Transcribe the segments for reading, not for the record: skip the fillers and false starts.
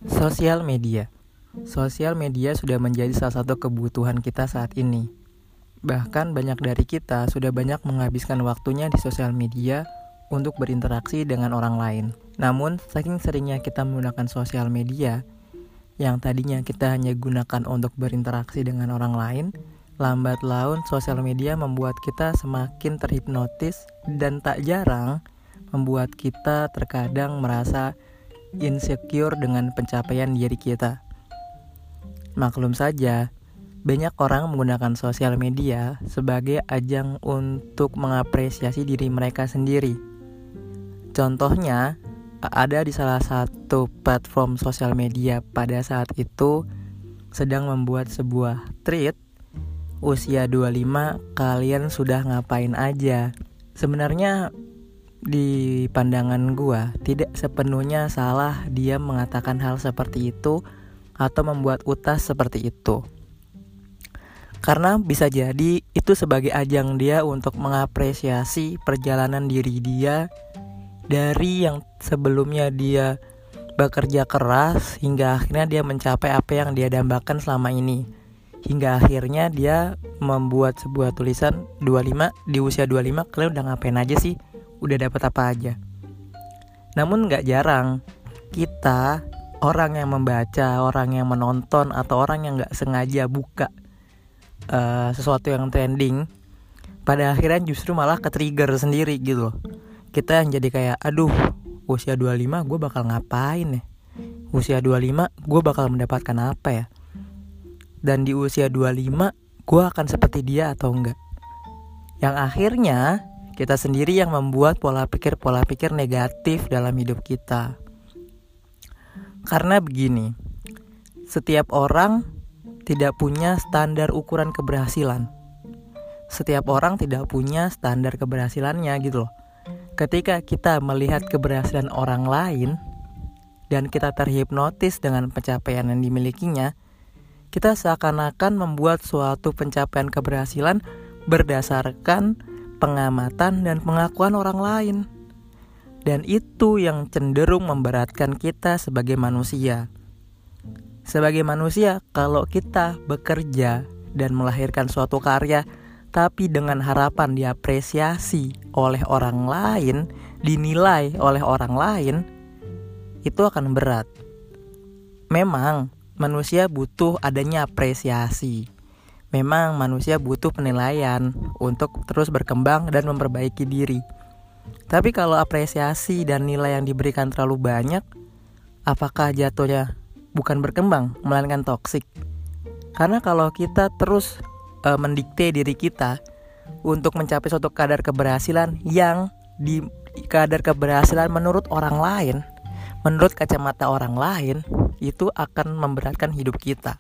Sosial media. Sosial media sudah menjadi salah satu kebutuhan kita saat ini. Bahkan banyak dari kita sudah banyak menghabiskan waktunya di sosial media untuk berinteraksi dengan orang lain. Namun, saking seringnya kita menggunakan sosial media, yang tadinya kita hanya gunakan untuk berinteraksi dengan orang lain, lambat laun sosial media membuat kita semakin terhipnotis dan tak jarang membuat kita terkadang merasa insecure dengan pencapaian diri kita. Maklum saja, banyak orang menggunakan sosial media sebagai ajang untuk mengapresiasi diri mereka sendiri. Contohnya, ada di salah satu platform sosial media pada saat itu sedang membuat sebuah tweet, usia 25 kalian sudah ngapain aja. Sebenarnya di pandangan gua tidak sepenuhnya salah dia mengatakan hal seperti itu atau membuat utas seperti itu, karena bisa jadi itu sebagai ajang dia untuk mengapresiasi perjalanan diri dia dari yang sebelumnya dia bekerja keras hingga akhirnya dia mencapai apa yang dia dambakan selama ini, hingga akhirnya dia membuat sebuah tulisan 25, di usia 25 kalian udah ngapain aja sih, udah dapat apa aja. Namun gak jarang kita, orang yang membaca, orang yang menonton, atau orang yang gak sengaja buka sesuatu yang trending, pada akhirnya justru malah ke-trigger sendiri gitu loh. Kita yang jadi kayak, aduh, usia 25 gue bakal ngapain ya, usia 25 gue bakal mendapatkan apa ya, dan di usia 25 gue akan seperti dia atau enggak. Yang akhirnya kita sendiri yang membuat pola pikir negatif dalam hidup kita. Karena begini, setiap orang tidak punya standar ukuran keberhasilan. Setiap orang tidak punya standar keberhasilannya gitu loh. Ketika kita melihat keberhasilan orang lain dan kita terhipnotis dengan pencapaian yang dimilikinya, kita seakan-akan membuat suatu pencapaian keberhasilan berdasarkan pengamatan dan pengakuan orang lain. Dan itu yang cenderung memberatkan kita sebagai manusia. Sebagai manusia, kalau kita bekerja dan melahirkan suatu karya tapi dengan harapan diapresiasi oleh orang lain, dinilai oleh orang lain, itu akan berat. Memang manusia butuh adanya apresiasi. Memang manusia butuh penilaian untuk terus berkembang dan memperbaiki diri. Tapi kalau apresiasi dan nilai yang diberikan terlalu banyak, apakah jatuhnya bukan berkembang, melainkan toksik? Karena kalau kita terus mendikte diri kita untuk mencapai suatu kadar keberhasilan yang di kadar keberhasilan menurut orang lain, menurut kacamata orang lain, itu akan memberatkan hidup kita.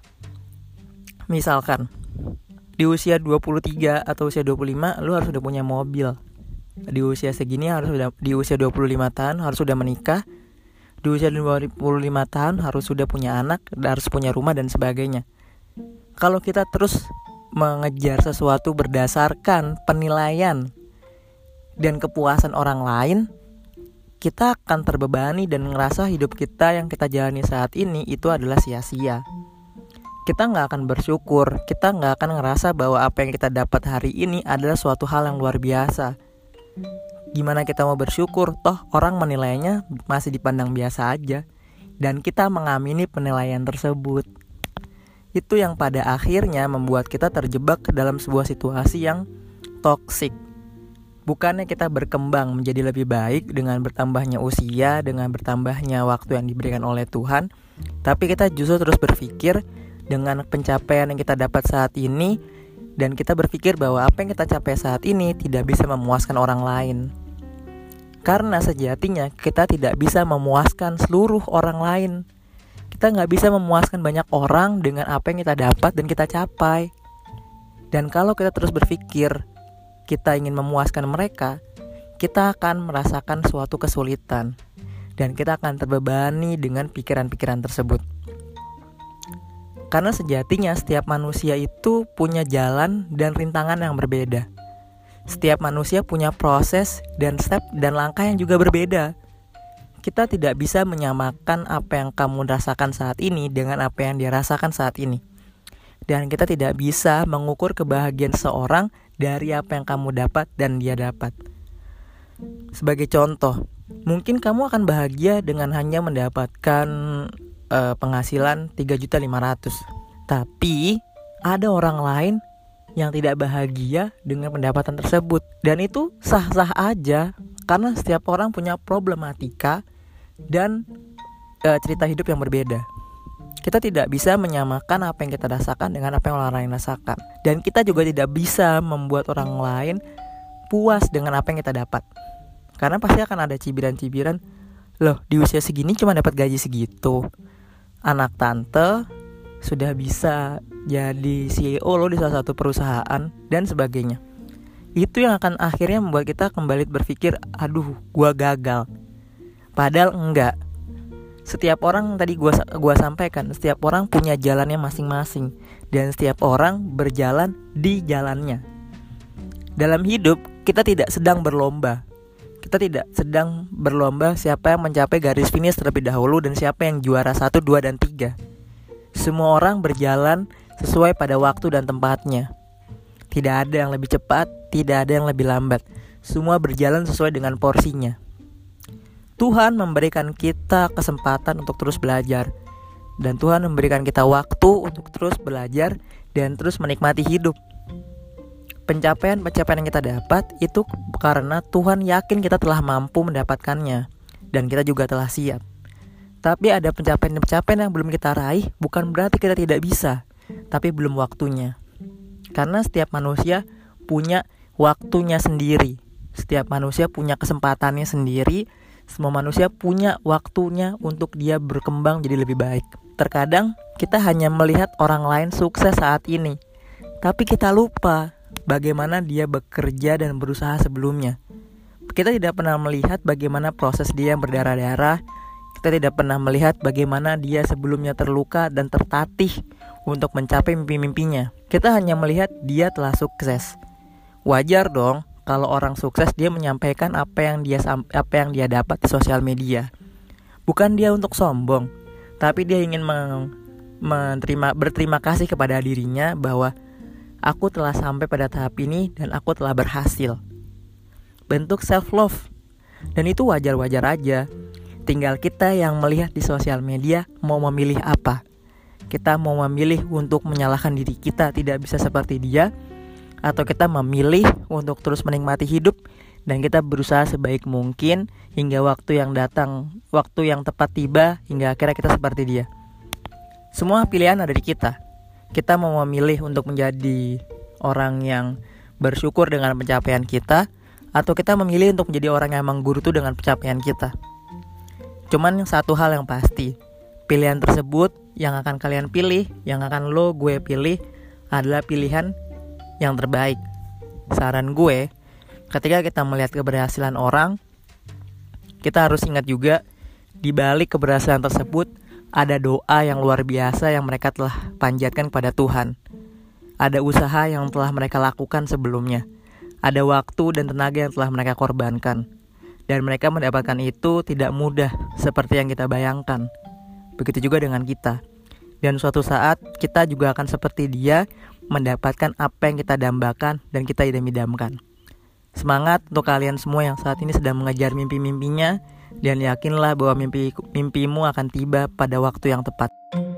Misalkan di usia 23 atau usia 25 lu harus udah punya mobil. Di usia segini di usia 25 tahun harus sudah menikah. Di usia 25 tahun harus sudah punya anak, harus punya rumah dan sebagainya. Kalau kita terus mengejar sesuatu berdasarkan penilaian dan kepuasan orang lain, kita akan terbebani dan ngerasa hidup kita yang kita jalani saat ini itu adalah sia-sia. Kita gak akan bersyukur, kita gak akan ngerasa bahwa apa yang kita dapat hari ini adalah suatu hal yang luar biasa. Gimana kita mau bersyukur, toh orang menilainya masih dipandang biasa aja, dan kita mengamini penilaian tersebut. Itu yang pada akhirnya membuat kita terjebak ke dalam sebuah situasi yang toksik. Bukannya kita berkembang menjadi lebih baik dengan bertambahnya usia, dengan bertambahnya waktu yang diberikan oleh Tuhan, tapi kita justru terus berpikir dengan pencapaian yang kita dapat saat ini, dan kita berpikir bahwa apa yang kita capai saat ini tidak bisa memuaskan orang lain. Karena sejatinya kita tidak bisa memuaskan seluruh orang lain. Kita gak bisa memuaskan banyak orang dengan apa yang kita dapat dan kita capai. Dan kalau kita terus berpikir kita ingin memuaskan mereka, kita akan merasakan suatu kesulitan, dan kita akan terbebani dengan pikiran-pikiran tersebut. Karena sejatinya setiap manusia itu punya jalan dan rintangan yang berbeda. Setiap manusia punya proses dan step dan langkah yang juga berbeda. kita tidak bisa menyamakan apa yang kamu rasakan saat ini dengan apa yang dia rasakan saat ini. Dan kita tidak bisa mengukur kebahagiaan seseorang dari apa yang kamu dapat dan dia dapat. Sebagai contoh, mungkin kamu akan bahagia dengan hanya mendapatkan penghasilan 3.500.000. Tapi ada orang lain yang tidak bahagia dengan pendapatan tersebut. Dan itu sah-sah aja, karena setiap orang punya problematika dan cerita hidup yang berbeda. Kita tidak bisa menyamakan apa yang kita rasakan dengan apa yang orang lain rasakan. Dan kita juga tidak bisa membuat orang lain puas dengan apa yang kita dapat. Karena pasti akan ada cibiran-cibiran, loh di usia segini cuma dapat gaji segitu, anak tante sudah bisa jadi CEO loh di salah satu perusahaan, dan sebagainya. Itu yang akan akhirnya membuat kita kembali berpikir, aduh gua gagal. Padahal enggak. Setiap orang tadi gua sampaikan, setiap orang punya jalannya masing-masing, dan setiap orang berjalan di jalannya. Dalam hidup kita tidak sedang berlomba. Kita tidak sedang berlomba siapa yang mencapai garis finish terlebih dahulu dan siapa yang juara 1, 2, dan 3. Semua orang berjalan sesuai pada waktu dan tempatnya. Tidak ada yang lebih cepat, tidak ada yang lebih lambat. Semua berjalan sesuai dengan porsinya. Tuhan memberikan kita kesempatan untuk terus belajar. Dan Tuhan memberikan kita waktu untuk terus belajar dan terus menikmati hidup. Pencapaian-pencapaian yang kita dapat itu karena Tuhan yakin kita telah mampu mendapatkannya. Dan kita juga telah siap. Tapi ada pencapaian-pencapaian yang belum kita raih, bukan berarti kita tidak bisa, tapi belum waktunya. Karena setiap manusia punya waktunya sendiri. Setiap manusia punya kesempatannya sendiri. Semua manusia punya waktunya untuk dia berkembang jadi lebih baik. Terkadang kita hanya melihat orang lain sukses saat ini, tapi kita lupa bagaimana dia bekerja dan berusaha sebelumnya. Kita tidak pernah melihat bagaimana proses dia yang berdarah-darah. Kita tidak pernah melihat bagaimana dia sebelumnya terluka dan tertatih untuk mencapai mimpi-mimpinya. Kita hanya melihat dia telah sukses. Wajar dong kalau orang sukses dia menyampaikan apa yang dia dapat di sosial media. Bukan dia untuk sombong, tapi dia ingin berterima kasih kepada dirinya bahwa aku telah sampai pada tahap ini dan aku telah berhasil. Bentuk self love. Dan itu wajar-wajar aja. Tinggal kita yang melihat di sosial media mau memilih apa. Kita mau memilih untuk menyalahkan diri kita tidak bisa seperti dia, atau kita memilih untuk terus menikmati hidup dan kita berusaha sebaik mungkin hingga waktu yang tepat tiba, hingga akhirnya kita seperti dia. Semua pilihan ada di kita. Kita mau memilih untuk menjadi orang yang bersyukur dengan pencapaian kita, atau kita memilih untuk menjadi orang yang menggerutu dengan pencapaian kita. Cuman satu hal yang pasti, pilihan tersebut yang akan kalian pilih, yang akan gue pilih adalah pilihan yang terbaik. Saran gue, ketika kita melihat keberhasilan orang, kita harus ingat juga di balik keberhasilan tersebut ada doa yang luar biasa yang mereka telah panjatkan kepada Tuhan. Ada usaha yang telah mereka lakukan sebelumnya. Ada waktu dan tenaga yang telah mereka korbankan. Dan mereka mendapatkan itu tidak mudah seperti yang kita bayangkan. Begitu juga dengan kita. Dan suatu saat kita juga akan seperti dia, mendapatkan apa yang kita dambakan dan kita idam-idamkan. Semangat untuk kalian semua yang saat ini sedang mengejar mimpi-mimpinya, dan yakinlah bahwa mimpimu akan tiba pada waktu yang tepat.